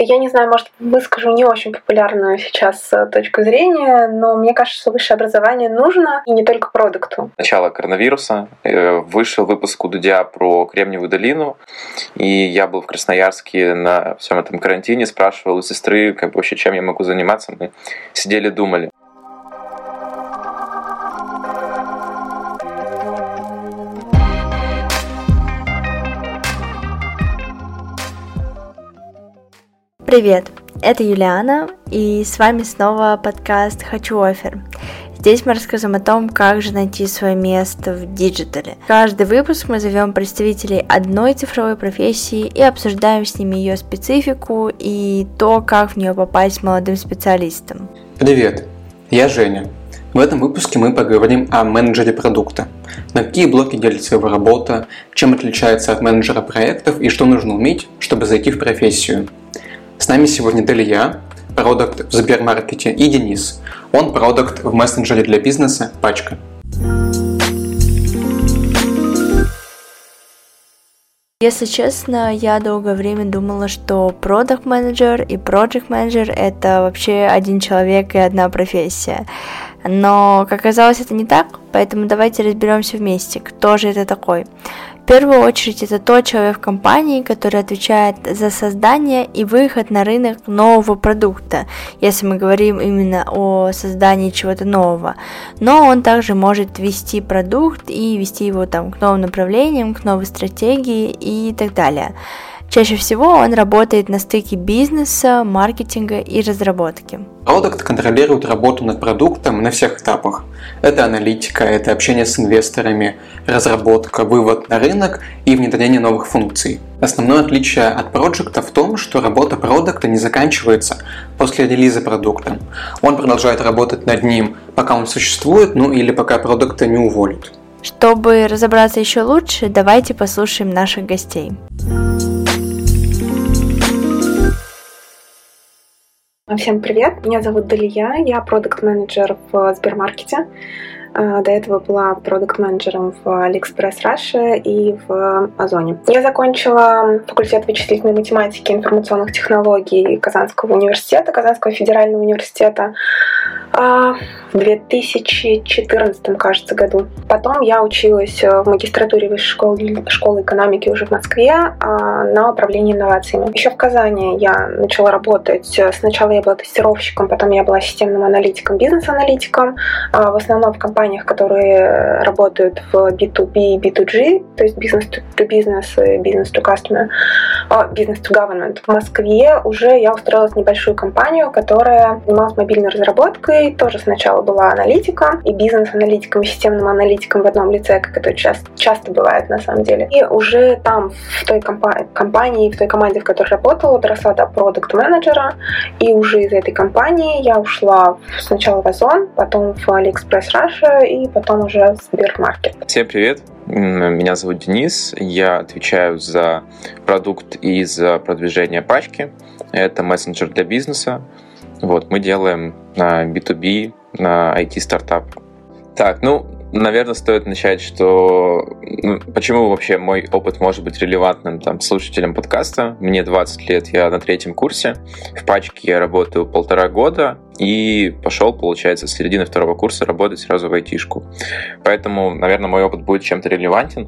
Я не знаю, может, выскажу не очень популярную сейчас точку зрения, но мне кажется, что высшее образование нужно, и не только продукту. Начало коронавируса. Вышел выпуск у Дудя про Кремниевую долину, и я был в Красноярске на всем этом карантине, спрашивал у сестры, вообще чем я могу заниматься. Мы сидели, думали. Привет, это Юлиана, и с вами снова подкаст «Хочу оффер». Здесь мы расскажем о том, как же найти свое место в диджитале. Каждый выпуск мы зовем представителей одной цифровой профессии и обсуждаем с ними ее специфику и то, как в нее попасть молодым специалистам. Привет, я Женя. В этом выпуске мы поговорим о менеджере продукта. На какие блоки делится его работа, чем отличается от менеджера проектов и что нужно уметь, чтобы зайти в профессию. С нами сегодня Далия, продакт в Сбермаркете, и Денис. Он продакт в мессенджере для бизнеса «Пачка». Если честно, я долгое время думала, что продакт-менеджер и проект-менеджер — это вообще один человек и одна профессия. Но, как оказалось, это не так, поэтому давайте разберемся вместе, кто же это такой. В первую очередь, это тот человек в компании, который отвечает за создание и выход на рынок нового продукта, если мы говорим именно о создании чего-то нового. Но он также может вести продукт и вести его к новым направлениям, к новой стратегии и так далее. Чаще всего он работает на стыке бизнеса, маркетинга и разработки. Продакт контролирует работу над продуктом на всех этапах. Это аналитика, это общение с инвесторами, разработка, вывод на рынок и внедрение новых функций. Основное отличие от проекта в том, что работа продакта не заканчивается после релиза продукта. Он продолжает работать над ним, пока он существует, или пока продукта не уволят. Чтобы разобраться еще лучше, давайте послушаем наших гостей. Всем привет, меня зовут Далия, я продакт-менеджер в Сбермаркете. До этого была продакт-менеджером в AliExpress Russia и в Озоне. Я закончила факультет вычислительной математики и информационных технологий Казанского университета, Казанского федерального университета в 2014, кажется, году. Потом я училась в магистратуре высшей школы экономики уже в Москве на управлении инновациями. Еще в Казани я начала работать. Сначала я была тестировщиком, потом я была системным аналитиком, бизнес-аналитиком. В основном в компаниях, которые работают в B2B и B2G, то есть business-to-business и business-to-customer, business-to-government. В Москве уже я устроилась в небольшую компанию, которая занималась мобильной разработкой. Тоже сначала была аналитиком, и бизнес-аналитиком, и системным аналитиком в одном лице, как это часто бывает на самом деле. И уже там, в той компании, в той команде, в которой работала, доросла до продакт-менеджера, и уже из этой компании я ушла сначала в Озон, потом в AliExpress Russia, и потом уже в Сбермаркет. Всем привет! Меня зовут Денис, я отвечаю за продукт и за продвижение пачки. Это мессенджер для бизнеса. Мы делаем на B2B, на IT-стартап. Наверное, стоит начать, что почему вообще мой опыт может быть релевантным слушателям подкаста. Мне 20 лет, я на 3-м курсе. В пачке я работаю 1,5 года и пошел, получается, с середины 2-го курса работать сразу в IT-шку. Поэтому, наверное, мой опыт будет чем-то релевантен.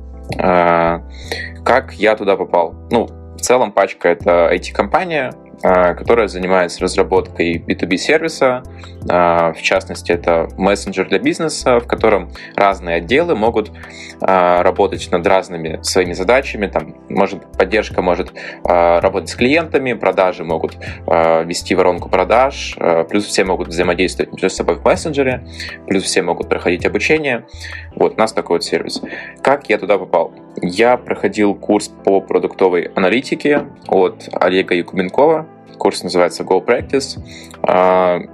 Как я туда попал? В целом, пачка — это IT-компания, которая занимается разработкой B2B-сервиса. В частности, это мессенджер для бизнеса, в котором разные отделы могут работать над разными своими задачами. Поддержка может работать с клиентами, продажи могут вести воронку продаж, плюс все могут взаимодействовать между собой в мессенджере, плюс все могут проходить обучение. У нас такой сервис. Как я туда попал? Я проходил курс по продуктовой аналитике от Олега Якубенкова. Курс называется Go Practice.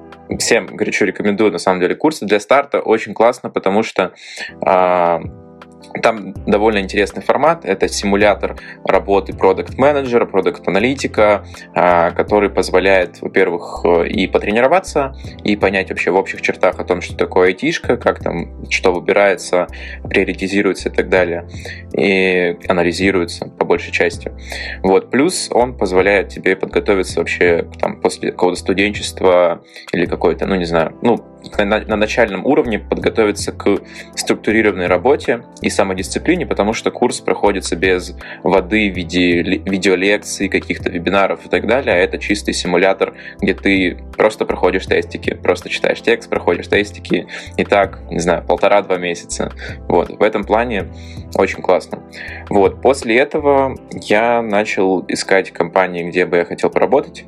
Всем горячо рекомендую, на самом деле, курсы для старта. Очень классно, потому что Там довольно интересный формат. Это симулятор работы продакт-менеджера, продакт-аналитика, который позволяет, во-первых, и потренироваться, и понять вообще в общих чертах о том, что такое айтишка, как там, что выбирается, приоритизируется и так далее, и анализируется по большей части. Вот. Плюс он позволяет тебе подготовиться вообще там, после какого-то студенчества или какой-то, ну не знаю, на начальном уровне подготовиться к структурированной работе и самодисциплине, потому что курс проходится без воды в виде видеолекций, каких-то вебинаров и так далее, а это чистый симулятор, где ты просто проходишь тестики, просто читаешь текст, проходишь тестики, и так, не знаю, 1,5-2 месяца. Вот. В этом плане очень классно. Вот. После этого я начал искать компании, где бы я хотел поработать,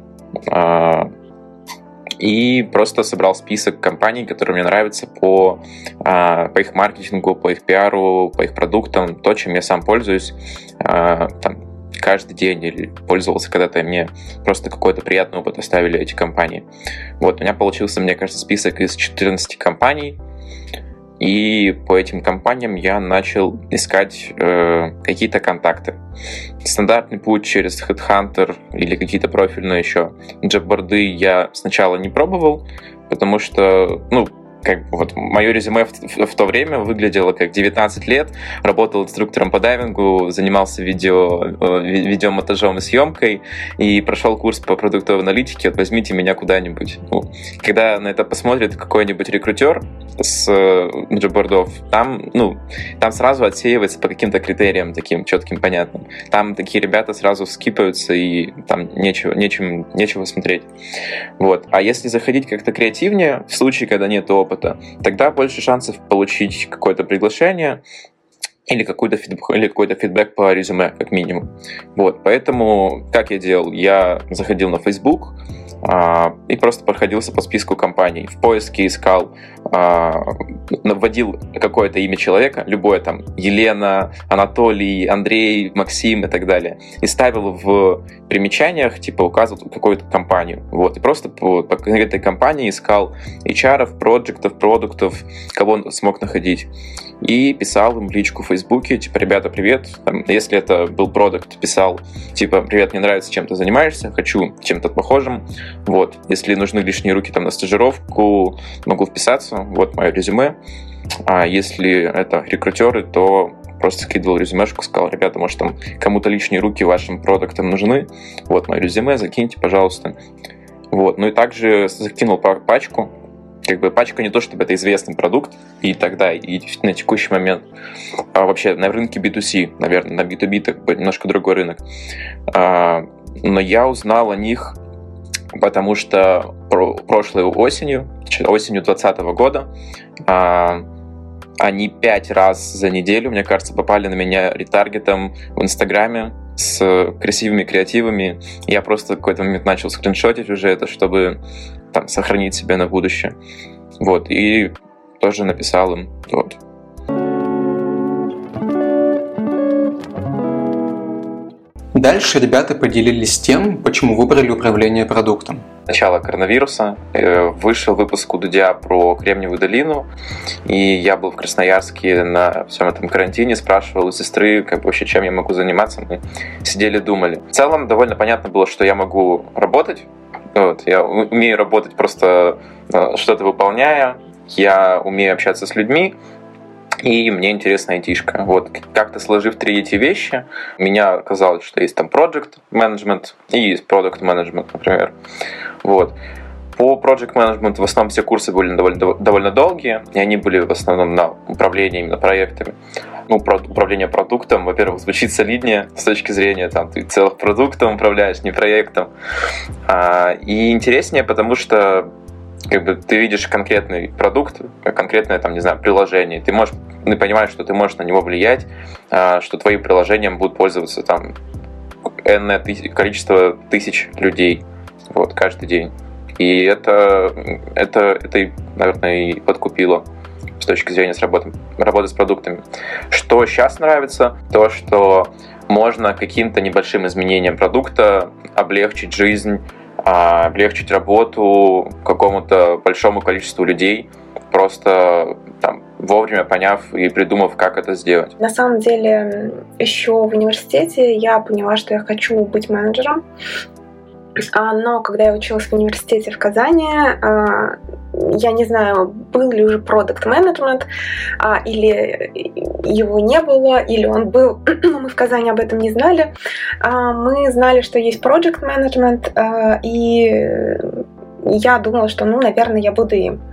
и просто собрал список компаний, которые мне нравятся по их маркетингу, по их пиару, по их продуктам, то, чем я сам пользуюсь там, каждый день или пользовался когда-то, и мне просто какой-то приятный опыт оставили эти компании. Вот, у меня получился, мне кажется, список из 14 компаний, и по этим компаниям я начал искать какие-то контакты. Стандартный путь через Headhunter или какие-то профильные еще джобборды я сначала не пробовал, потому что, мое резюме в то время выглядело как 19 лет, работал инструктором по дайвингу, занимался видеомонтажом и съемкой и прошел курс по продуктовой аналитике. Вот возьмите меня куда-нибудь. Когда на это посмотрит какой-нибудь рекрутер с джоббордов, там сразу отсеивается по каким-то критериям таким четким, понятным. Там такие ребята сразу скипаются, и там нечего смотреть. Вот. А если заходить как-то креативнее, в случае, когда нет опыта, тогда больше шансов получить какое-то приглашение или какой-то фидбэк по резюме, как минимум. Вот. Поэтому, как я делал? Я заходил на Facebook и просто проходился по списку компаний. В поиске искал, вводил какое-то имя человека, любое там, Елена, Анатолий, Андрей, Максим и так далее, и ставил в примечаниях, указывал какую-то компанию. Вот. И просто по конкретной компании искал HR-ов, проектов, продуктов, кого смог находить. И писал им в личку в Фейсбуке, ребята, привет. Если это был продукт, писал, привет, мне нравится, чем ты занимаешься, хочу чем-то похожим. Вот. Если нужны лишние руки на стажировку, могу вписаться. Вот мое резюме. А если это рекрутеры, то просто скидывал резюмешку, сказал, ребята, может, там кому-то лишние руки вашим продуктам нужны. Вот мое резюме, закиньте, пожалуйста. Вот. И также закинул пачку. Пачка не то, чтобы это известный продукт и тогда, и на текущий момент. А вообще на рынке B2C, наверное, на B2B немножко другой рынок. Но я узнал о них, потому что прошлой осенью 2020 года, они 5 раз за неделю, мне кажется, попали на меня ретаргетом в Инстаграме с красивыми креативами. Я просто в какой-то момент начал скриншотить уже это, чтобы сохранить себя на будущее. Вот, и тоже написал им. Вот. Дальше ребята поделились тем, почему выбрали управление продуктом. Начало коронавируса, вышел выпуск у Дудя про Кремниевую долину, и я был в Красноярске на всем этом карантине, спрашивал у сестры, вообще чем я могу заниматься, мы сидели, думали. В целом довольно понятно было, что я могу работать, вот, я умею работать просто что-то выполняя, я умею общаться с людьми, и мне интересна айтишка. Вот, как-то сложив 3 эти вещи, меня оказалось, что есть там project management и есть product management, например. Вот. По project management в основном все курсы были довольно долгие, и они были в основном на управление именно проектами. Управление продуктом, во-первых, звучит солиднее с точки зрения, ты целых продуктом управляешь, не проектом. И интереснее, потому что ты видишь конкретный продукт, конкретное приложение, ты понимаешь, что ты можешь на него влиять, что твоим приложением будут пользоваться энное количество тысяч людей каждый день. И это, наверное, и подкупило с точки зрения работы с продуктами. Что сейчас нравится, то, что можно каким-то небольшим изменением продукта облегчить жизнь, облегчить работу какому-то большому количеству людей, просто там, вовремя поняв и придумав, как это сделать. На самом деле, еще в университете я поняла, что я хочу быть менеджером. Но когда я училась в университете в Казани, я не знаю, был ли уже продакт-менеджмент, или его не было, или он был, но мы в Казани об этом не знали. Мы знали, что есть проект-менеджмент, и я думала, что, наверное, я буду им.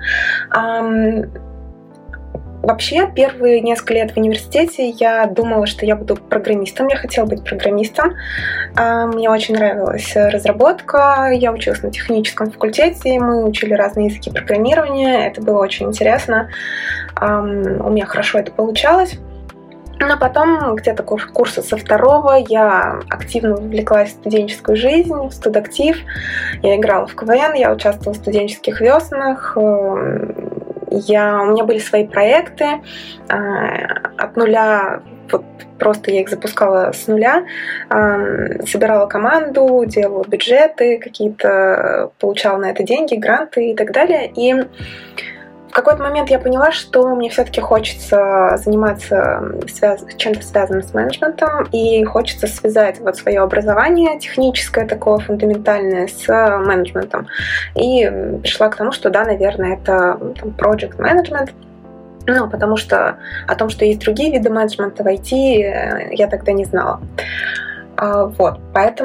Вообще, первые несколько лет в университете я думала, что я буду программистом. Я хотела быть программистом. Мне очень нравилась разработка. Я училась на техническом факультете. Мы учили разные языки программирования. Это было очень интересно. У меня хорошо это получалось. Но потом, где-то курса со второго, я активно вовлеклась в студенческую жизнь, в студактив. Я играла в КВН, я участвовала в студенческих веснах. У меня были свои проекты от нуля, вот просто я их запускала с нуля, собирала команду, делала бюджеты какие-то, получала на это деньги, гранты и так далее. И в какой-то момент я поняла, что мне все-таки хочется заниматься чем-то связанным с менеджментом, и хочется связать вот свое образование техническое, такое фундаментальное, с менеджментом. И пришла к тому, что да, наверное, это project management, потому что о том, что есть другие виды менеджмента в IT, я тогда не знала. Вот,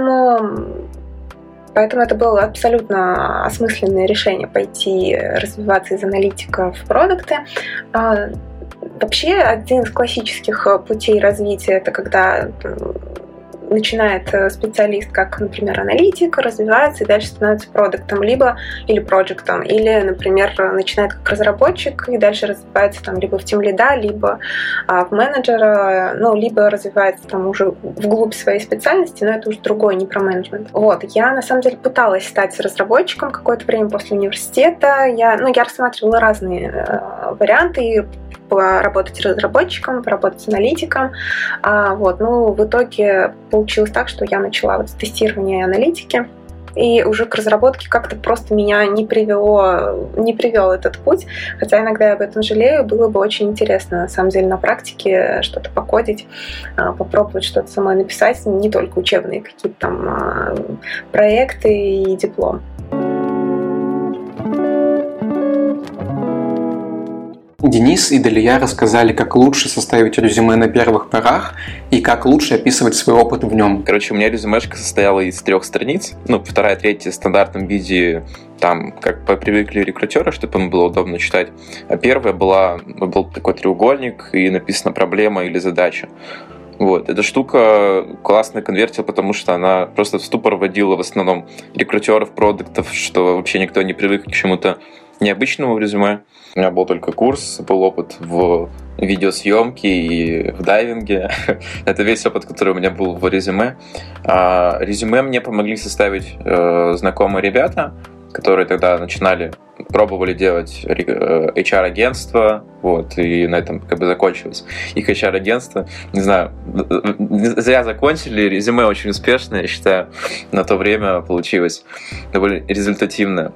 Поэтому это было абсолютно осмысленное решение пойти развиваться из аналитика в продукты. Вообще, один из классических путей развития — это когда начинает специалист как, например, аналитик, развивается и дальше становится продуктом, или проектом, или, например, начинает как разработчик и дальше развивается либо в тимлида, либо в менеджера, либо развивается уже вглубь своей специальности, но это уже другое, не про менеджмент. Вот, я на самом деле пыталась стать разработчиком какое-то время после университета. Я рассматривала разные варианты, поработать разработчиком, поработать с аналитиком. В итоге получилось так, что я начала с тестирования и аналитики, и уже к разработке как-то просто меня не привел этот путь, хотя иногда я об этом жалею. Было бы очень интересно, на самом деле, на практике что-то покодить, попробовать что-то самой написать, не только учебные какие-то проекты и диплом. Денис и Далия рассказали, как лучше составить резюме на первых порах и как лучше описывать свой опыт в нем. Короче, у меня резюмешка состояла из 3 страниц. Вторая, третья в стандартном виде, как привыкли рекрутеры, чтобы им было удобно читать. А первая был такой треугольник, и написано проблема или задача. Вот. Эта штука классно конвертила, потому что она просто в ступор вводила в основном рекрутеров, продуктов, что вообще никто не привык к чему-то необычному в резюме. У меня был только курс, был опыт в видеосъемке и в дайвинге. Это весь опыт, который у меня был в резюме. Резюме мне помогли составить знакомые ребята, которые тогда пробовали делать HR-агентство, и на этом закончилось их HR-агентство. Не знаю, зря закончили, резюме очень успешное, я считаю, на то время получилось довольно результативно.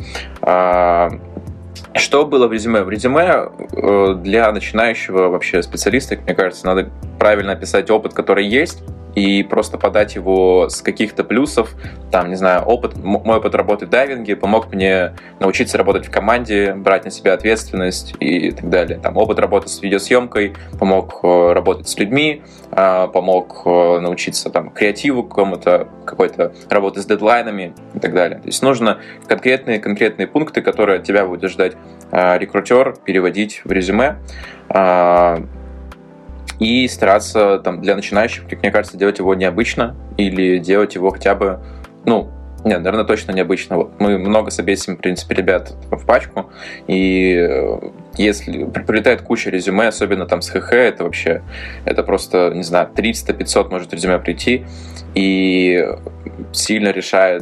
Что было в резюме? В резюме для начинающего вообще специалиста, мне кажется, надо правильно описать опыт, который есть, и просто подать его с каких-то плюсов. Мой опыт работы в дайвинге помог мне научиться работать в команде, брать на себя ответственность и так далее. Опыт работы с видеосъемкой помог работать с людьми, помог научиться креативу какой-то работы с дедлайнами и так далее. То есть нужно конкретные пункты, которые от тебя будет ждать рекрутер, переводить в резюме. И стараться для начинающих, мне кажется, делать его необычно или делать его хотя бы, наверное, точно необычно. Мы много собесим, в принципе, ребят в пачку, и если прилетает куча резюме, особенно с ХХ, это просто, 300-500 может резюме прийти, и сильно решает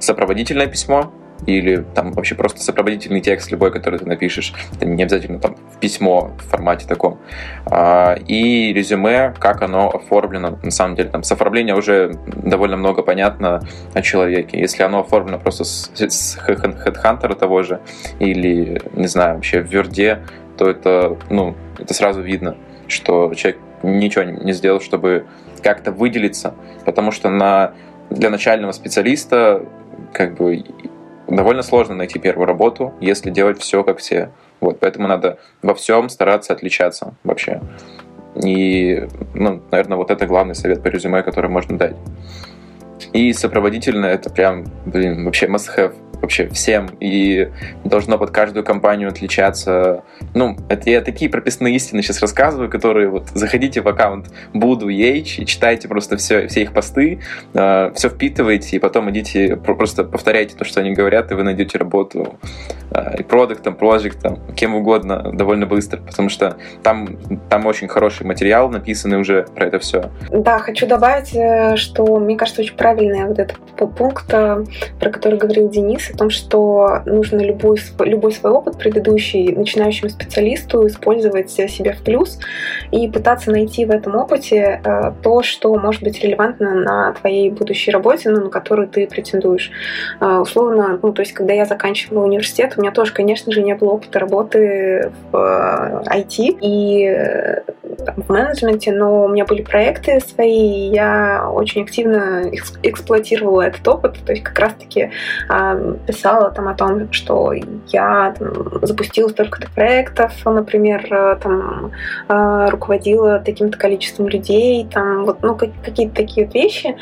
сопроводительное письмо, или вообще просто сопроводительный текст любой, который ты напишешь. Это не обязательно в письмо в формате таком. И резюме, как оно оформлено. На самом деле, там с оформления уже довольно много понятно о человеке. Если оно оформлено просто с HeadHunter того же, или, не знаю, вообще в Word, то это сразу видно, что человек ничего не сделал, чтобы как-то выделиться, потому что для начального специалиста довольно сложно найти первую работу, если делать все как все. Вот, поэтому надо во всем стараться отличаться вообще. И, наверное, вот это главный совет по резюме, который можно дать. И сопроводительное — это прям, вообще must-have вообще всем, и должно под каждую компанию отличаться. Это я такие прописные истины сейчас рассказываю, которые заходите в аккаунт Budu.ch и читайте просто все их посты, все впитываете, и потом идите, просто повторяйте то, что они говорят, и вы найдете работу и продуктом, проектом, кем угодно довольно быстро, потому что там очень хороший материал, написанный уже про это все. Да, хочу добавить, что, мне кажется, очень правильный вот этот пункт, про который говорил Денис, о том, что нужно любой свой опыт предыдущий начинающему специалисту использовать себе в плюс и пытаться найти в этом опыте то, что может быть релевантно на твоей будущей работе, на которую ты претендуешь. Условно, то есть, когда я заканчивала университет, у меня тоже, конечно же, не было опыта работы в IT и в менеджменте, но у меня были проекты свои, и я очень активно эксплуатировала этот опыт, то есть как раз-таки писала о том, что я запустила столько-то проектов, например, руководила таким-то количеством людей, какие-то такие вот вещи.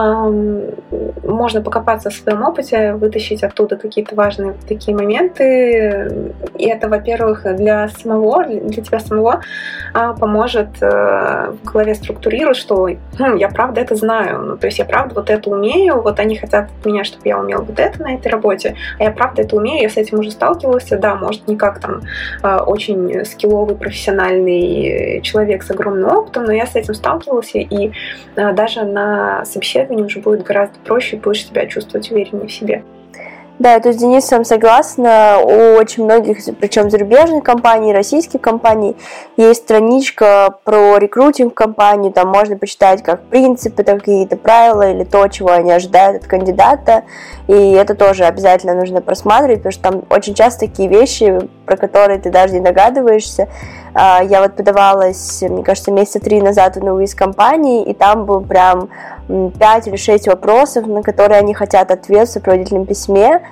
Можно покопаться в своем опыте, вытащить оттуда какие-то важные такие моменты, и это, во-первых, для тебя самого поможет в голове структурировать, что я правда это знаю, то есть я правда вот это умею, вот они хотят от меня, чтобы я умела вот это на этой работе, а я правда это умею, я с этим уже сталкивалась, да, может, не как очень скилловый, профессиональный человек с огромным опытом, но я с этим сталкивалась, и даже на собеседовании уже будет гораздо проще, будешь себя чувствовать увереннее в себе. Да, я тут с Денисом согласна. У очень многих, причем зарубежных компаний, российских компаний, есть страничка про рекрутинг в компании, там можно почитать как принципы, какие-то правила или то, чего они ожидают от кандидата, и это тоже обязательно нужно просматривать, потому что там очень часто такие вещи, про которые ты даже не догадываешься. Я подавалась, мне кажется, месяца 3 назад в новую из компании, и там был прям 5 или 6 вопросов, на которые они хотят ответ в сопроводительном письме.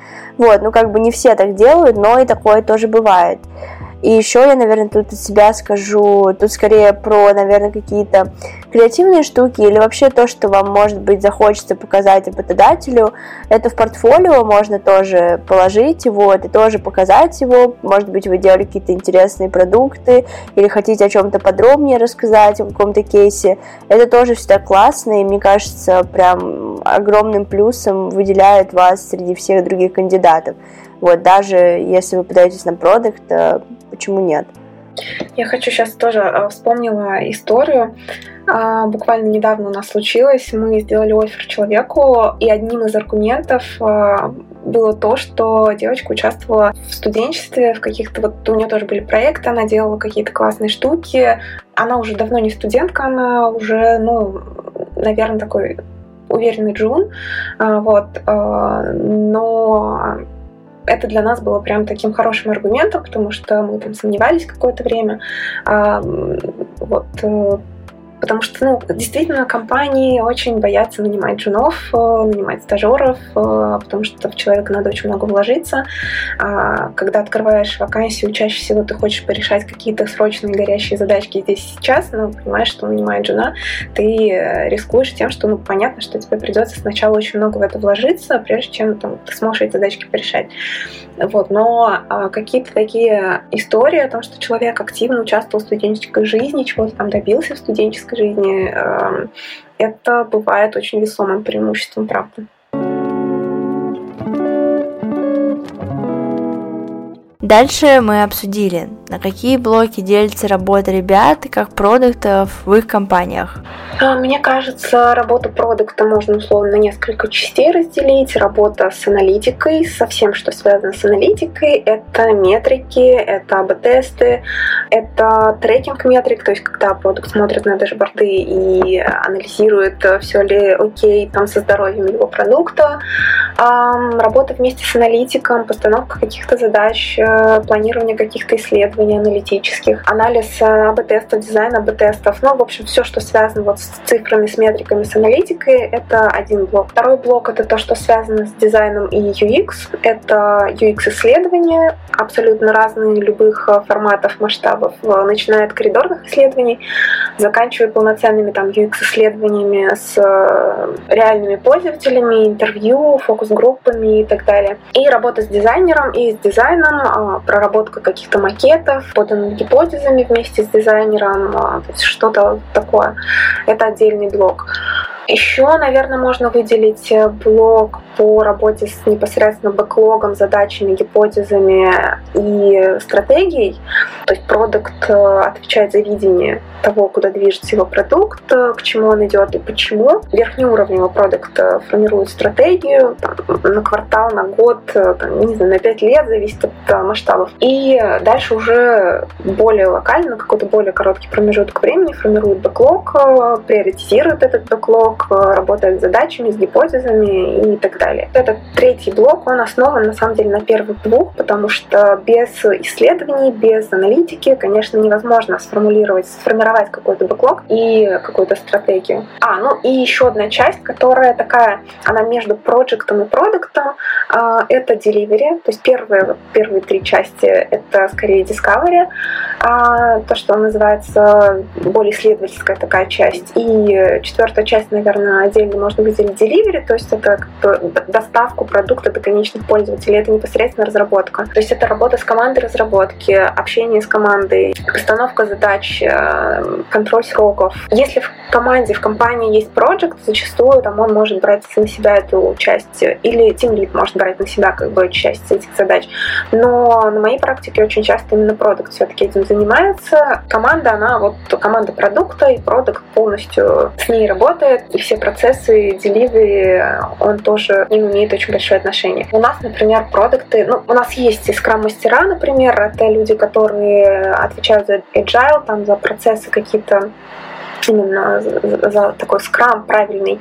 Не все так делают, но и такое тоже бывает. И еще я, наверное, тут от себя скажу, тут скорее про, наверное, какие-то креативные штуки или вообще то, что вам, может быть, захочется показать работодателю. Это в портфолио можно тоже положить его, и тоже показать его. Может быть, вы делали какие-то интересные продукты или хотите о чем-то подробнее рассказать, о каком-то кейсе. Это тоже всегда классно, и, мне кажется, прям огромным плюсом выделяет вас среди всех других кандидатов. Даже если вы подаетесь на продукт, почему нет? Я хочу сейчас тоже вспомнила историю. Буквально недавно у нас случилось, мы сделали оффер человеку, и одним из аргументов было то, что девочка участвовала в студенчестве, в каких-то, у нее тоже были проекты, она делала какие-то классные штуки. Она уже давно не студентка, она уже, наверное, такой уверенный джун, но это для нас было прям таким хорошим аргументом, потому что мы там сомневались какое-то время. Потому что, действительно, компании очень боятся нанимать джунов, нанимать стажеров, потому что в человека надо очень много вложиться. Когда открываешь вакансию, чаще всего ты хочешь порешать какие-то срочные горящие задачки здесь и сейчас, но понимаешь, что нанимая джуна, ты рискуешь тем, что, понятно, что тебе придется сначала очень много в это вложиться, прежде чем ты сможешь эти задачки порешать. Но какие-то такие истории о том, что человек активно участвовал в студенческой жизни, чего-то там добился в студенческой жизни, это бывает очень весомым преимуществом, правда. Дальше мы обсудили На какие блоки делится работа ребят, как продуктов в их компаниях? Мне кажется, работу продукта можно условно на несколько частей разделить. Работа с аналитикой, со всем, что связано с аналитикой. Это метрики, это АБ-тесты, это трекинг метрик, то есть когда продукт смотрит на дашборды и анализирует, все ли окей там со здоровьем его продукта. Работа вместе с аналитиком, постановка каких-то задач, планирование каких-то исследований аналитических, анализ АБ-тестов, дизайн АБ-тестов. В общем, все, что связано вот с цифрами, с метриками, с аналитикой, это один блок. Второй блок — это то, что связано с дизайном и UX. Это UX-исследования, абсолютно разные, любых форматов, масштабов, начиная от коридорных исследований, заканчивая полноценными там UX-исследованиями с реальными пользователями, интервью, фокус-группами и так далее. И работа с дизайнером и с дизайном, проработка каких-то макетов, поданными гипотезами вместе с дизайнером, то есть что-то такое. Это отдельный блок. Еще, наверное, можно выделить блок по работе с непосредственно бэклогом, задачами, гипотезами и стратегией. То есть продукт отвечает за видение того, куда движется его продукт, к чему он идет и почему. Верхнеуровневый продукт формирует стратегию на квартал, на год, не знаю, на 5 лет, зависит от масштабов. И дальше уже более локально, на какой-то более короткий промежуток времени формирует бэклог, приоритизирует этот бэклог, работает с задачами, с гипотезами и так далее. Этот третий блок, он основан на самом деле на первых двух, потому что без исследований, без аналитики, конечно, невозможно сформировать какой-то бэклог и какую-то стратегию. И еще одна часть, которая такая, она между проектом и продуктом, это delivery, то есть первые три части это скорее discovery, то, что называется более исследовательская такая часть. И четвертая часть, наверное, отдельно можно выделить delivery, то есть это как бы доставку продукта до конечных пользователей, это непосредственно разработка. То есть это работа с командой разработки, общение с командой, постановка задач, контроль сроков. Если в команде, в компании есть проект, зачастую там он может брать на себя эту часть, или тимлид может брать на себя как бы часть этих задач. Но на моей практике очень часто именно продукт все-таки этим занимается. Команда, она вот команда продукта, и продукт полностью с ней работает, и все процессы, delivery, он тоже к ним имеет очень большое отношение. У нас, например, продукты, у нас есть и скрам-мастера, например, это люди, которые отвечают за agile, там, за процессы какие-то, именно за такой скрам правильный,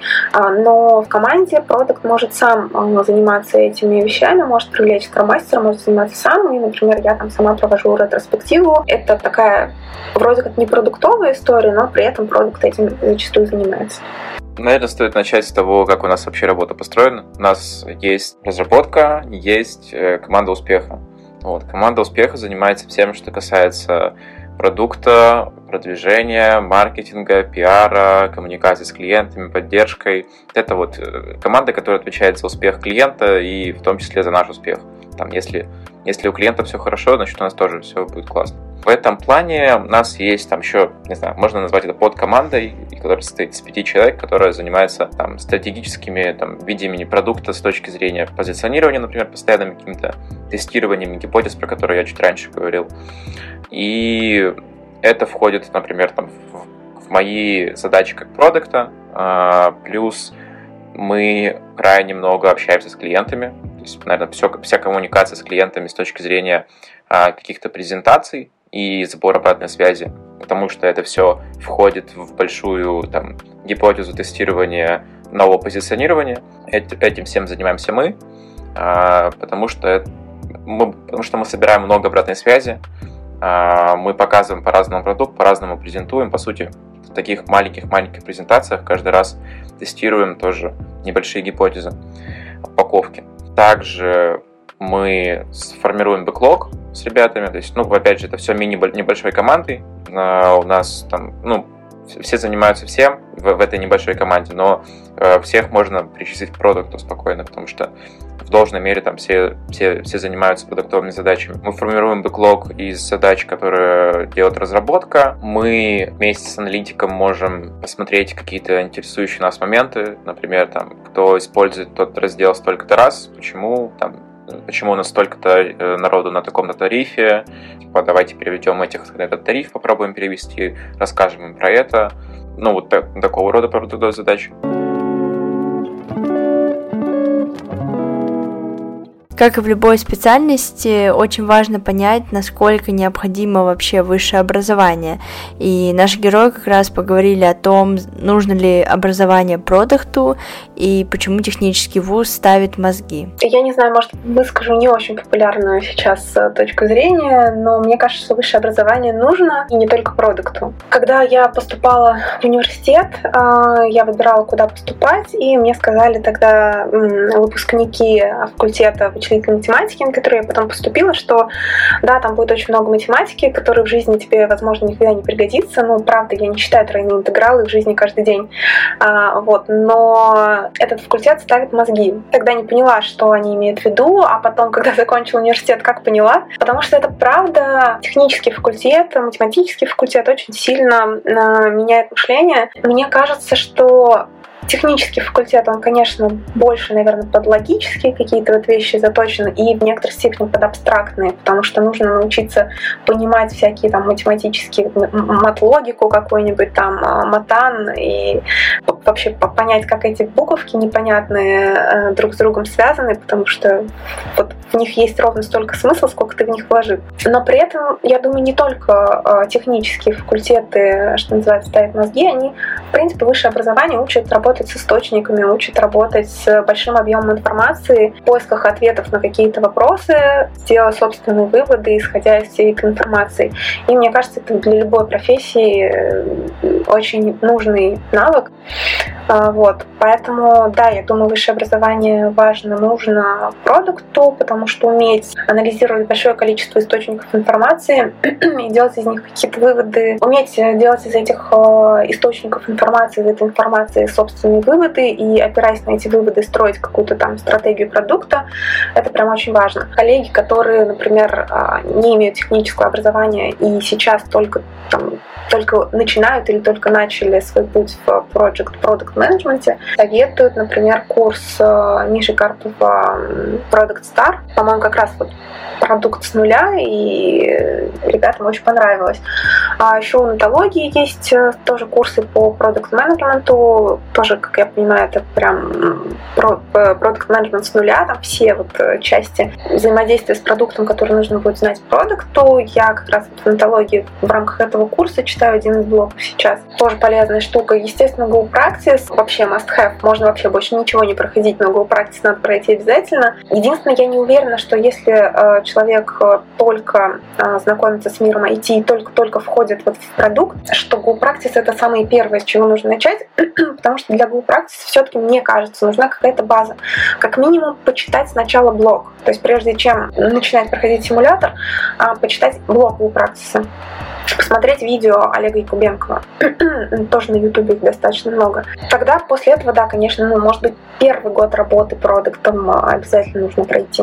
но в команде продукт может сам заниматься этими вещами, может привлечь скрам-мастера, может заниматься сам, и, например, я там сама провожу ретроспективу. Это такая вроде как не продуктовая история, но при этом продукт этим зачастую занимается. Наверное, стоит начать с того, как у нас вообще работа построена. У нас есть разработка, есть команда успеха. Команда успеха занимается всем, что касается продукта, продвижения, маркетинга, пиара, коммуникации с клиентами, поддержкой. Это команда, которая отвечает за успех клиента и в том числе за наш успех. Если у клиента все хорошо, значит у нас тоже все будет классно. В этом плане у нас есть еще, не знаю, можно назвать это подкомандой, которая состоит из 5 человек, которая занимается стратегическими видениями продукта с точки зрения позиционирования, например, постоянными какими-то тестированиями гипотез, про которые я чуть раньше говорил. И это входит, например, в мои задачи как продукта, плюс мы крайне много общаемся с клиентами. То есть, наверное, вся коммуникация с клиентами с точки зрения каких-то презентаций и сбора обратной связи, потому что это все входит в большую гипотезу тестирования нового позиционирования. Этим всем занимаемся мы, потому что мы собираем много обратной связи, мы показываем по-разному продукт, по-разному презентуем. По сути, в таких маленьких презентациях каждый раз тестируем тоже небольшие гипотезы упаковки. Также мы сформируем бэклог с ребятами, то есть, опять же, это все небольшой командой. У нас все занимаются всем в этой небольшой команде, но всех можно причислить к продукту спокойно, потому что в должной мере все занимаются продуктовыми задачами. Мы формируем бэклог из задач, которые делает разработка. Мы вместе с аналитиком можем посмотреть какие-то интересующие нас моменты, например, кто использует тот раздел столько-то раз, почему, почему у нас столько-то народу на таком-то тарифе, типа, давайте переведем этих на этот тариф, попробуем перевести, расскажем им про это. Ну, вот такого рода задачи. Как и в любой специальности, очень важно понять, насколько необходимо вообще высшее образование. И наши герои как раз поговорили о том, нужно ли образование продукту и почему технический вуз ставит мозги. Я не знаю, может, выскажу не очень популярную сейчас точку зрения, но мне кажется, что высшее образование нужно, и не только продукту. Когда я поступала в университет, я выбирала, куда поступать, и мне сказали тогда выпускники факультета вычислительной математики, на который я потом поступила, что да, там будет очень много математики, которая в жизни тебе, возможно, никогда не пригодится. Ну, правда, я не читаю тройные интегралы в жизни каждый день. Но этот факультет ставит мозги. Тогда не поняла, что они имеют в виду, а потом, когда закончила университет, как поняла. Потому что это правда, технический факультет, математический факультет очень сильно меняет мышление. Мне кажется, что технический факультет, он, конечно, больше, наверное, под логические какие-то вот вещи заточен и в некоторой степени под абстрактные, потому что нужно научиться понимать всякие там математические матлогику какую-нибудь там, матан, и вообще понять, как эти буковки непонятные друг с другом связаны, потому что вот в них есть ровно столько смысла, сколько ты в них вложил. Но при этом, я думаю, не только технические факультеты, что называется, ставят мозги, они, в принципе, высшее образование учат работать с источниками, учат работать с большим объемом информации, в поисках ответов на какие-то вопросы, делая собственные выводы, исходя из всей этой информации. И мне кажется, это для любой профессии очень нужный навык. Поэтому, да, я думаю, высшее образование важно, нужно продукту, потому что уметь анализировать большое количество источников информации и делать из них какие-то выводы, уметь делать из этих источников информации, из этой информации собственные выводы и, опираясь на эти выводы, строить какую-то там стратегию продукта, это прям очень важно. Коллеги, которые, например, не имеют технического образования и сейчас только начинают или только начали свой путь в продукт менеджменте, советуют, например, курс Миши Карпова Product Star. По-моему, как раз вот продукт с нуля, и ребятам очень понравилось. А еще у Нотологии есть тоже курсы по продукт-менеджменту. Тоже, как я понимаю, это прям продукт-менеджмент с нуля. Там все вот части взаимодействия с продуктом, которые нужно будет знать продукту. Я как раз в Нотологии в рамках этого курса читаю один из блоков сейчас. Тоже полезная штука. Естественно, Go Practice вообще must have. Можно вообще больше ничего не проходить, но Go Practice надо пройти обязательно. Единственное, я не уверена, что если человек только знакомится с миром IT и только-только входит вот в продукт, что Go Practice — это самое первое, с чего нужно начать, потому что для Go Practice все-таки, мне кажется, нужна какая-то база. Как минимум почитать сначала блог. То есть прежде чем начинать проходить симулятор, почитать блог Go Practice. Посмотреть видео Олега Якубенкова. Тоже на Ютубе их достаточно много. Тогда после этого, да, конечно, может быть, первый год работы продуктом обязательно нужно пройти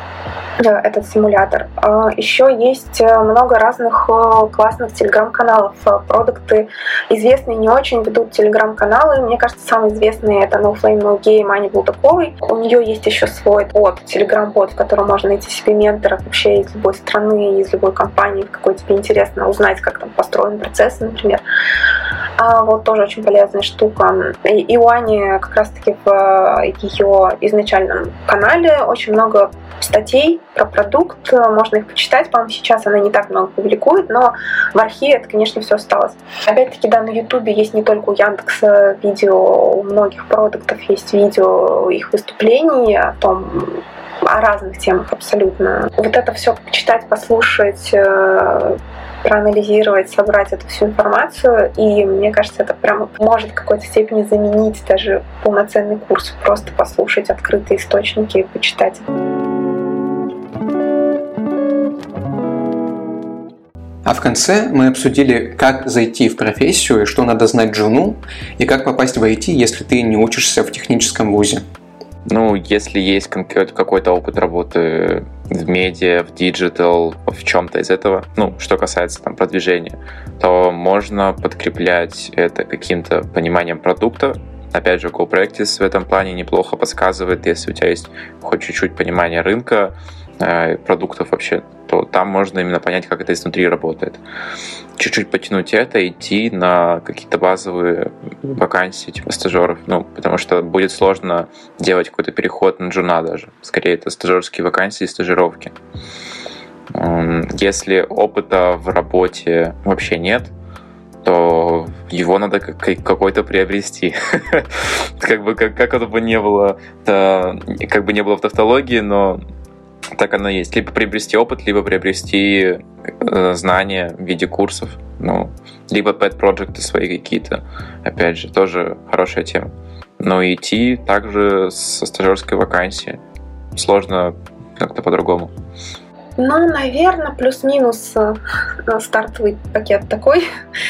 этот симулятор. Еще есть много разных классных телеграм-каналов. Продукты известные не очень ведут телеграм-каналы. Мне кажется, самый известный — это No Flame No Game Ани Булдаковой. У нее есть еще свой телеграм-бот, в котором можно найти себе менторов вообще из любой страны, из любой компании, в какой тебе интересно узнать, как там построен процесс, например. Вот тоже очень полезная штука. И у Ани как раз-таки в ее изначальном канале очень много статей про продукт, можно их почитать. По-моему, сейчас она не так много публикует, но в архиве это, конечно, все осталось. Опять-таки, да, на Ютубе есть не только у Яндекса видео, у многих продуктов есть видео их выступлений о разных темах абсолютно. Вот это все почитать, послушать, проанализировать, собрать эту всю информацию, и мне кажется, это прямо может в какой-то степени заменить даже полноценный курс. Просто послушать открытые источники и почитать. А в конце мы обсудили, как зайти в профессию и что надо знать джуну, и как попасть в IT, если ты не учишься в техническом вузе. Если есть какой-то опыт работы в медиа, в диджитал, в чем-то из этого, что касается продвижения, то можно подкреплять это каким-то пониманием продукта, Опять же, GoPractice в этом плане неплохо подсказывает, если у тебя есть хоть чуть-чуть понимание рынка, продуктов вообще, то там можно именно понять, как это изнутри работает. Чуть-чуть потянуть это, идти на какие-то базовые вакансии, типа стажеров, потому что будет сложно делать какой-то переход на джуна даже. Скорее, это стажерские вакансии, стажировки. Если опыта в работе вообще нет, то его надо какой-то приобрести. Как это бы не было, как бы не было в тавтологии, но так оно есть. Либо приобрести опыт, либо приобрести знания в виде курсов, либо pet-проекты свои какие-то. Опять же, тоже хорошая тема. Но идти также со стажерской вакансии сложно как-то по-другому. Наверное, плюс-минус стартовый пакет такой.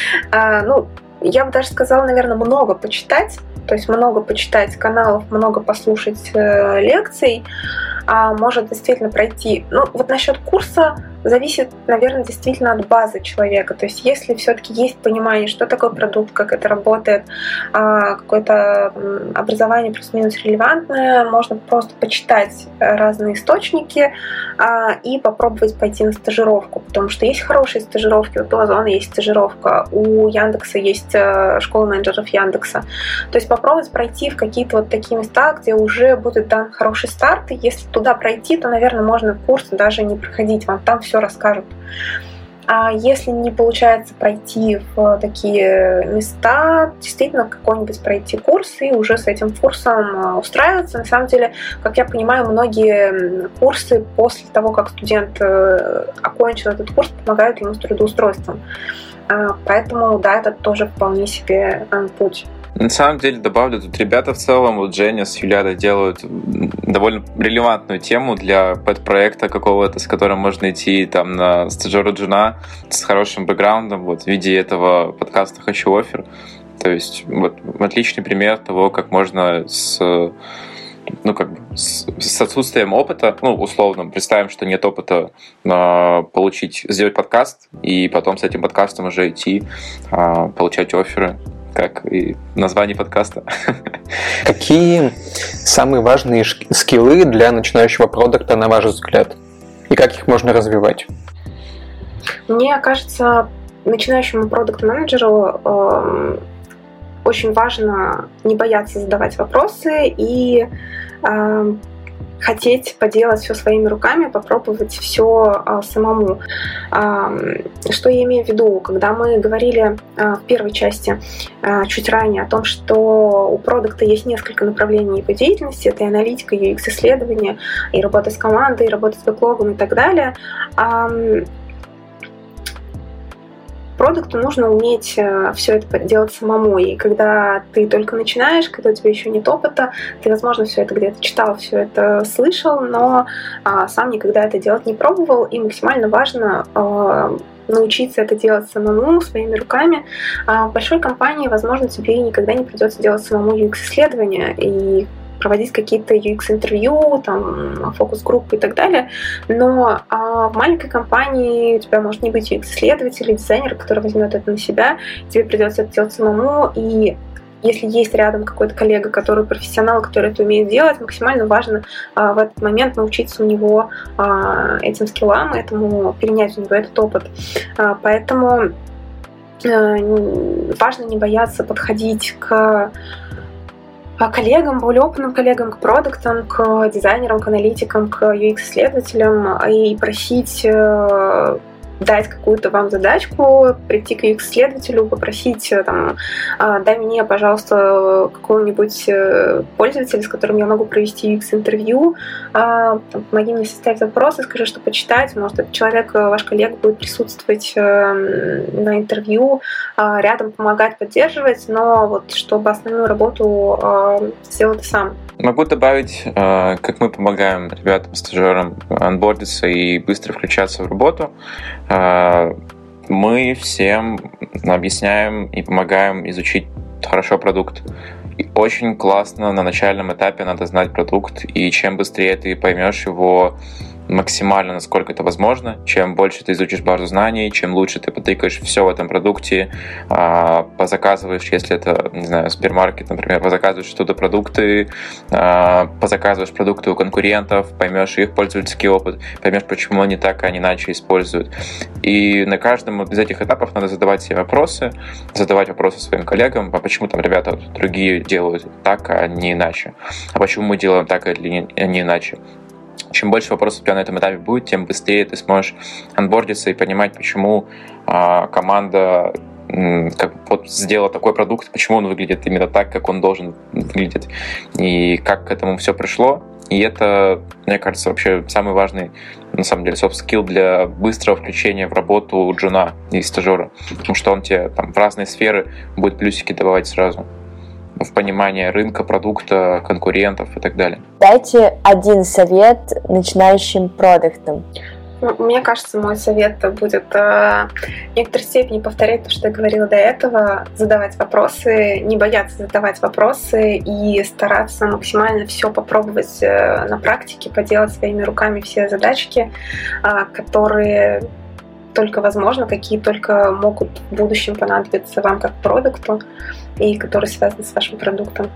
Я бы даже сказала, наверное, много почитать. То есть много почитать каналов, много послушать лекций, а может действительно пройти. Насчет курса зависит, наверное, действительно от базы человека. То есть если все-таки есть понимание, что такое продукт, как это работает, какое-то образование плюс-минус релевантное, можно просто почитать разные источники и попробовать пойти на стажировку. Потому что есть хорошие стажировки, у Озона есть стажировка, у Яндекса есть школа менеджеров Яндекса. То есть попробовать пройти в какие-то вот такие места, где уже будет дан хороший старт, и если туда пройти, то, наверное, можно курс даже не проходить, вам там все расскажут. А если не получается пройти в такие места, действительно какой-нибудь пройти курс и уже с этим курсом устраиваться. На самом деле, как я понимаю, многие курсы после того, как студент окончил этот курс, помогают ему с трудоустройством. Поэтому, да, это тоже вполне себе путь. На самом деле, добавлю, тут ребята в целом, вот Женя с Юлиадой делают довольно релевантную тему для пэт-проекта какого-то, с которым можно идти там на стажера джуна с хорошим бэкграундом. Вот в виде этого подкаста «Хочу оффер». То есть вот отличный пример того, как можно с отсутствием опыта, условно, представим, что нет опыта, сделать подкаст и потом с этим подкастом уже идти, получать офферы, как и название подкаста. Какие самые важные скиллы для начинающего продукта, на ваш взгляд? И как их можно развивать? Мне кажется, начинающему продукт-менеджеру очень важно не бояться задавать вопросы и хотеть поделать все своими руками, попробовать все самому. Что я имею в виду? Когда мы говорили в первой части чуть ранее о том, что у продукта есть несколько направлений его деятельности, это и аналитика, и UX-исследование, и работа с командой, и работа с бэклогом и так далее, продукту нужно уметь все это делать самому. И когда ты только начинаешь, когда у тебя еще нет опыта, ты, возможно, все это где-то читал, все это слышал, но сам никогда это делать не пробовал. И максимально важно научиться это делать самому, своими руками. В большой компании, возможно, тебе никогда не придется делать самому UX-исследования и проводить какие-то UX-интервью, там, фокус-группы и так далее. Но в маленькой компании у тебя может не быть UX-исследователя, дизайнера, который возьмет это на себя, тебе придется это делать самому. И если есть рядом какой-то коллега, который профессионал, который это умеет делать, максимально важно в этот момент научиться у него этим скиллам, перенять у него этот опыт. Поэтому важно не бояться подходить к коллегам, более опытным коллегам, к продуктам, к дизайнерам, к аналитикам, к UX-исследователям и просить дать какую-то вам задачку, прийти к UX-исследователю, попросить, дай мне, пожалуйста, какого-нибудь пользователя, с которым я могу провести UX-интервью, помоги мне составить вопрос и скажи, что почитать. Может, этот человек, ваш коллега, будет присутствовать на интервью, рядом помогать, поддерживать, но вот чтобы основную работу сделал ты сам. Могу добавить, как мы помогаем ребятам, стажерам онбордиться и быстро включаться в работу. Мы всем объясняем и помогаем изучить хорошо продукт. И очень классно на начальном этапе надо знать продукт, и чем быстрее ты поймешь его, максимально, насколько это возможно. Чем больше ты изучишь базу знаний, чем лучше ты потыкаешь все в этом продукте, позаказываешь, если это, не знаю, супермаркет, например, позаказываешь оттуда продукты, позаказываешь продукты у конкурентов, поймешь их пользовательский опыт, поймешь, почему они так, а не иначе используют. И на каждом из этих этапов надо задавать себе вопросы, задавать вопросы своим коллегам, а почему там ребята другие делают так, а не иначе, а почему мы делаем так, а не иначе. Чем больше вопросов у тебя на этом этапе будет, тем быстрее ты сможешь анбордиться и понимать, почему команда сделала такой продукт, почему он выглядит именно так, как он должен выглядеть, и как к этому все пришло. И это, мне кажется, вообще самый важный, на самом деле, soft skill для быстрого включения в работу джуна и стажера, потому что он тебе там в разные сферы будет плюсики давать сразу в понимание рынка, продукта, конкурентов и так далее. Дайте один совет начинающим продуктам. Мне кажется, мой совет будет в некоторой степени повторять то, что я говорила до этого, задавать вопросы, не бояться задавать вопросы и стараться максимально все попробовать на практике, поделать своими руками все задачки, которые только возможно, какие только могут в будущем понадобиться вам как продукту и которые связаны с вашим продуктом.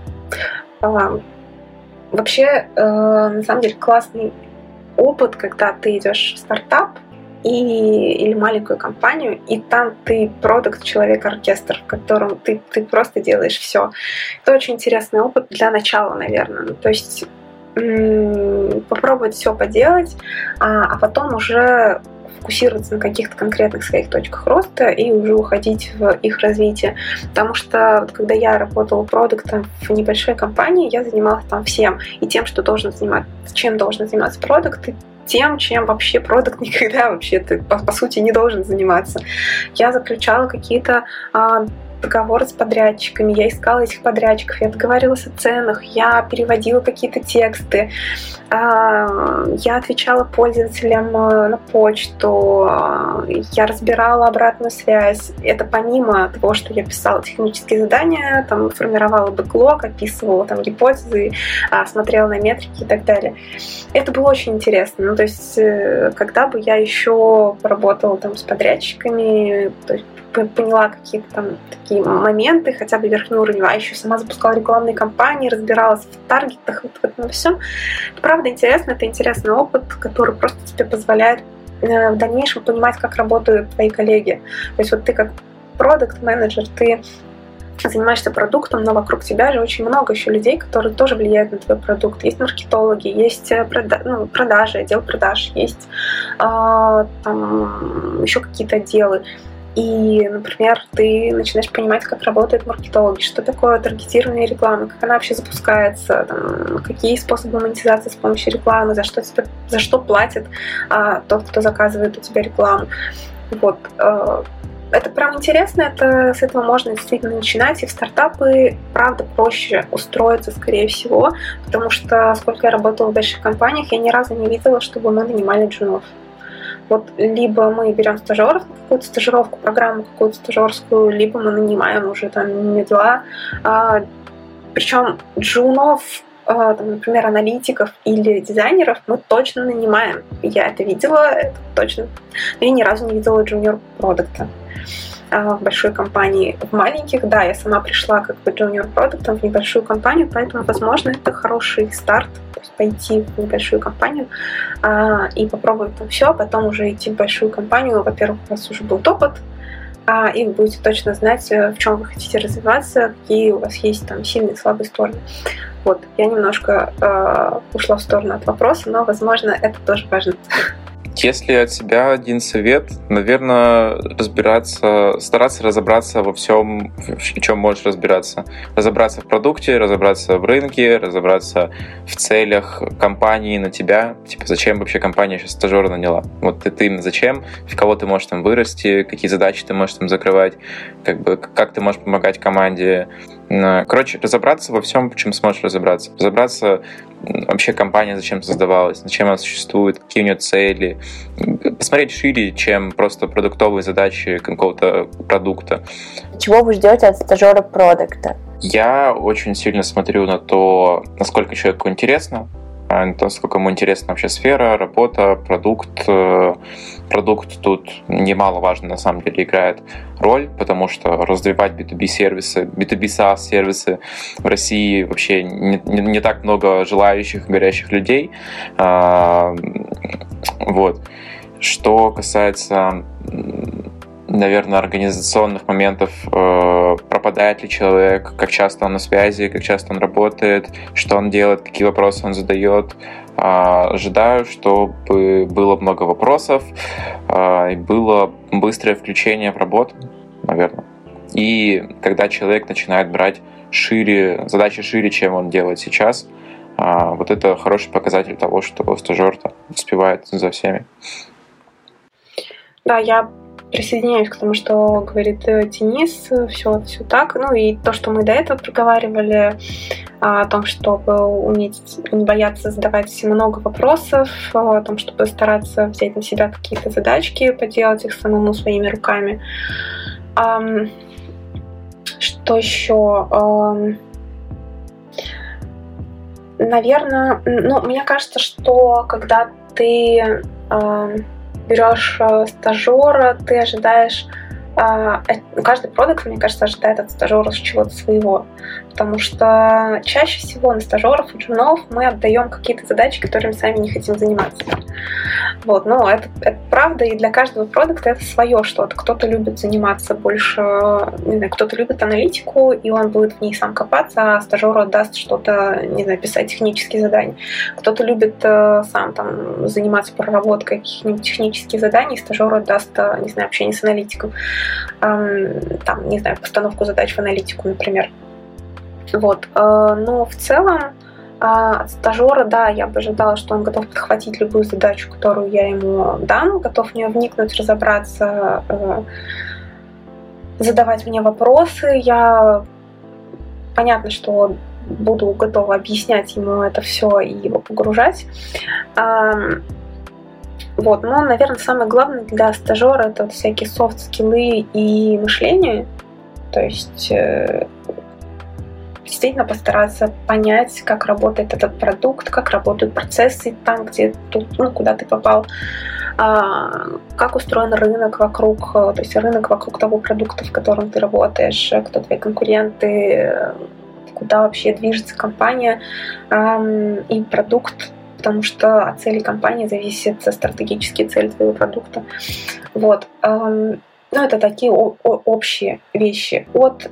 Вообще, на самом деле, классный опыт, когда ты идешь в стартап или маленькую компанию, и там ты продукт, человек-оркестр, в котором ты просто делаешь все. Это очень интересный опыт для начала, наверное. То есть попробовать все поделать, а потом уже фокусироваться на каких-то конкретных своих точках роста и уже уходить в их развитие. Потому что вот, когда я работала продуктом в небольшой компании, я занималась там всем. И тем, чем должен заниматься продукт, и тем, чем вообще продукт никогда вообще по сути не должен заниматься. Я заключала какие-то договоры с подрядчиками, я искала этих подрядчиков, я договаривалась о ценах, я переводила какие-то тексты, я отвечала пользователям на почту, я разбирала обратную связь. Это помимо того, что я писала технические задания, там, формировала бэклог, описывала там гипотезы, смотрела на метрики и так далее. Это было очень интересно. Ну, то есть, когда бы я еще поработала там с подрядчиками, то есть, поняла какие-то там такие моменты, хотя бы верхний уровень, а еще сама запускала рекламные кампании, разбиралась в таргетах, вот в этом всем. Это правда интересно, это интересный опыт, который просто тебе позволяет в дальнейшем понимать, как работают твои коллеги. То есть вот ты как продакт-менеджер, ты занимаешься продуктом, но вокруг тебя же очень много еще людей, которые тоже влияют на твой продукт. Есть маркетологи, есть продажи, отдел продаж, есть там еще какие-то отделы. И, например, ты начинаешь понимать, как работают маркетологи, что такое таргетированная реклама, как она вообще запускается, там, какие способы монетизации с помощью рекламы, за что платит тот, кто заказывает у тебя рекламу. Вот. Это прям интересно, с этого можно действительно начинать, и в стартапы, правда, проще устроиться, скорее всего, потому что, сколько я работала в больших компаниях, я ни разу не видела, чтобы мы нанимали джунов. Вот либо мы берем стажеров на какую-то стажировку, программу какую-то стажерскую, либо мы нанимаем уже там медла. Причем джунов, там, например, аналитиков или дизайнеров мы точно нанимаем. Я это видела, это точно. Но я ни разу не видела джуниор-продукта в большой компании. В маленьких, да, я сама пришла как бы джуниор-продуктом в небольшую компанию, поэтому, возможно, это хороший старт, то есть пойти в небольшую компанию и попробовать там все, а потом уже идти в большую компанию. Во-первых, у вас уже будет опыт, и вы будете точно знать, в чем вы хотите развиваться, какие у вас есть там сильные и слабые стороны. Вот, я немножко ушла в сторону от вопроса, но, возможно, это тоже важно. Если от себя один совет, наверное, стараться разобраться во всем, в чем можешь разобраться. Разобраться в продукте, разобраться в рынке, разобраться в целях компании на тебя. Типа, зачем вообще компания сейчас стажера наняла? Вот ты именно зачем? В кого ты можешь там вырасти? Какие задачи ты можешь там закрывать? Как ты можешь помогать команде? Короче, разобраться во всем, в чем сможешь разобраться. Разобраться вообще компания зачем создавалась, зачем она существует, какие у нее цели. Посмотреть шире, чем просто продуктовые задачи какого-то продукта. Чего вы ждете от стажера продукта? Я очень сильно смотрю на то, насколько человеку интересно, насколько ему интересна вообще сфера, работа, продукт. Продукт тут немаловажно на самом деле играет роль, потому что развивать B2B-сервисы, B2B SaaS-сервисы в России вообще не так много желающих, горящих людей. Вот. Что касается, наверное, организационных моментов, пропадает ли человек, как часто он на связи, как часто он работает, что он делает, какие вопросы он задает. Ожидаю, чтобы было много вопросов и было быстрое включение в работу, наверное. И когда человек начинает брать задачи шире, чем он делает сейчас, вот это хороший показатель того, что стажер успевает за всеми. Да, я присоединяюсь к тому, что говорит Денис, все так. Ну и то, что мы до этого проговаривали, о том, чтобы уметь не бояться задавать много вопросов, о том, чтобы стараться взять на себя какие-то задачки, поделать их самому своими руками. Что еще? Наверное, мне кажется, что когда ты берешь стажера, ты ожидаешь... Каждый продакт, мне кажется, ожидает от стажера чего-то своего. Потому что чаще всего на стажеров и джунов мы отдаем какие-то задачи, которыми сами не хотим заниматься. Вот, это правда, и для каждого продакта это свое что-то. Кто-то любит заниматься больше, не знаю, кто-то любит аналитику, и он будет в ней сам копаться, а стажеру отдаст что-то, не знаю, писать технические задания. Кто-то любит сам там заниматься проработкой каких-нибудь технических заданий, стажеру отдаст, не знаю, общение с аналитиком. Там, не знаю, постановку задач в аналитику, например. Вот. Но в целом от стажера, да, я бы ожидала, что он готов подхватить любую задачу, которую я ему дам, готов в нее вникнуть, разобраться, задавать мне вопросы. Понятно, что буду готова объяснять ему это все и его погружать. Вот, но, наверное, самое главное для стажера — это всякие софт-скиллы и мышление. То есть действительно постараться понять, как работает этот продукт, как работают процессы там, куда ты попал, как устроен рынок вокруг, то есть рынок вокруг того продукта, в котором ты работаешь, кто твои конкуренты, куда вообще движется компания и продукт, потому что от цели компании зависит стратегические цели твоего продукта. Вот. Это такие общие вещи.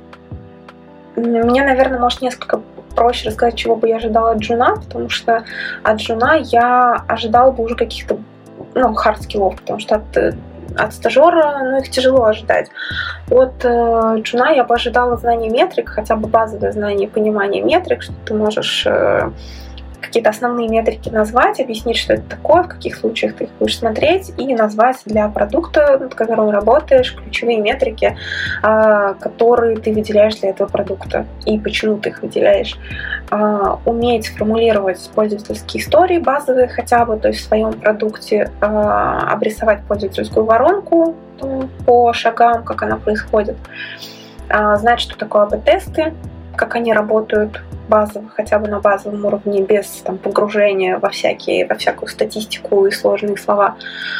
Мне, наверное, может несколько проще рассказать, чего бы я ожидала от джуна, потому что от джуна я ожидала бы уже каких-то хард-скиллов, потому что от стажера, их тяжело ожидать. От джуна я бы ожидала знания метрик, хотя бы базовое знание и понимание метрик, что ты можешь какие-то основные метрики назвать, объяснить, что это такое, в каких случаях ты их будешь смотреть, и назвать для продукта, над которым работаешь, ключевые метрики, которые ты выделяешь для этого продукта и почему ты их выделяешь. Уметь формулировать пользовательские истории базовые хотя бы, то есть в своем продукте обрисовать пользовательскую воронку по шагам, как она происходит, знать, что такое АБ-тесты, как они работают базово, хотя бы на базовом уровне, без погружения во всякую статистику и сложные слова.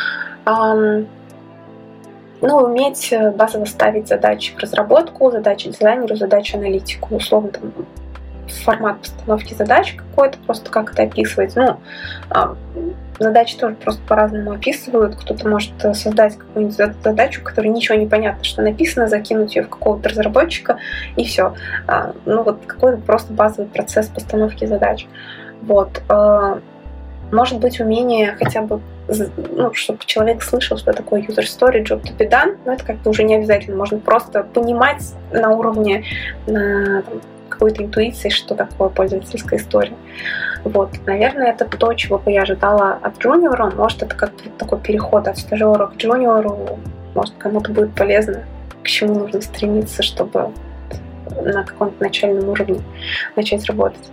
Уметь базово ставить задачи в разработку, задачи дизайнеру, задачи аналитику, условно формат постановки задач какой-то, просто как это описывать. Задачи тоже просто по-разному описывают. Кто-то может создать какую-нибудь задачу, в которой ничего не понятно, что написано, закинуть ее в какого-то разработчика, и все. Какой-то просто базовый процесс постановки задач. Вот. Может быть, умение хотя бы, чтобы человек слышал, что такое user story, job to be done, но это как-то уже не обязательно. Можно просто понимать на уровне какой-то интуиции, что такое пользовательская история. Вот, наверное, это то, чего бы я ожидала от джуниора. Может, это как-то такой переход от стажера к джуниору. Может, кому-то будет полезно, к чему нужно стремиться, чтобы на каком-то начальном уровне начать работать.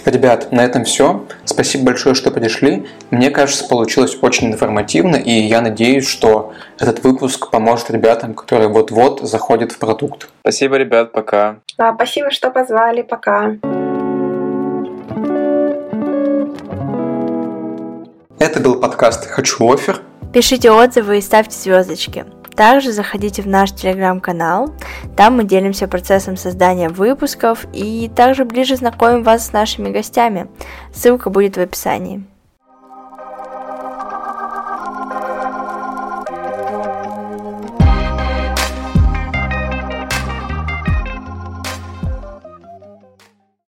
Ребят, на этом все. Спасибо большое, что пришли. Мне кажется, получилось очень информативно, и я надеюсь, что этот выпуск поможет ребятам, которые вот-вот заходят в продукт. Спасибо, ребят, пока. Спасибо, что позвали, пока. Это был подкаст «Хочу оффер». Пишите отзывы и ставьте звездочки. Также заходите в наш телеграм-канал, там мы делимся процессом создания выпусков и также ближе знакомим вас с нашими гостями. Ссылка будет в описании.